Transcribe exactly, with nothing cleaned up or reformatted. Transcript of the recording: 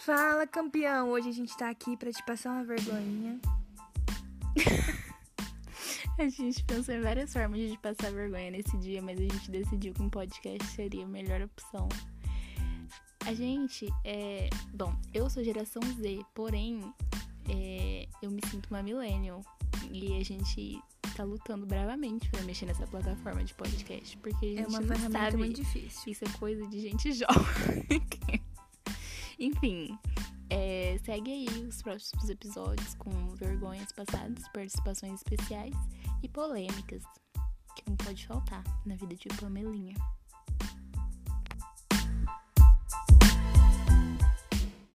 Fala, campeão! Hoje a gente tá aqui pra te passar uma vergonhinha. A gente pensou em várias formas de passar vergonha nesse dia, mas a gente decidiu que um podcast seria a melhor opção. A gente é... Bom, eu sou geração Z, porém, é... eu me sinto uma millennial. E a gente tá lutando bravamente pra mexer nessa plataforma de podcast, porque a gente É uma não ferramenta sabe. muito difícil. Isso é coisa de gente jovem. Enfim, é, segue aí os próximos episódios com vergonhas passadas, participações especiais e polêmicas, que não pode faltar na vida de Pamelinha.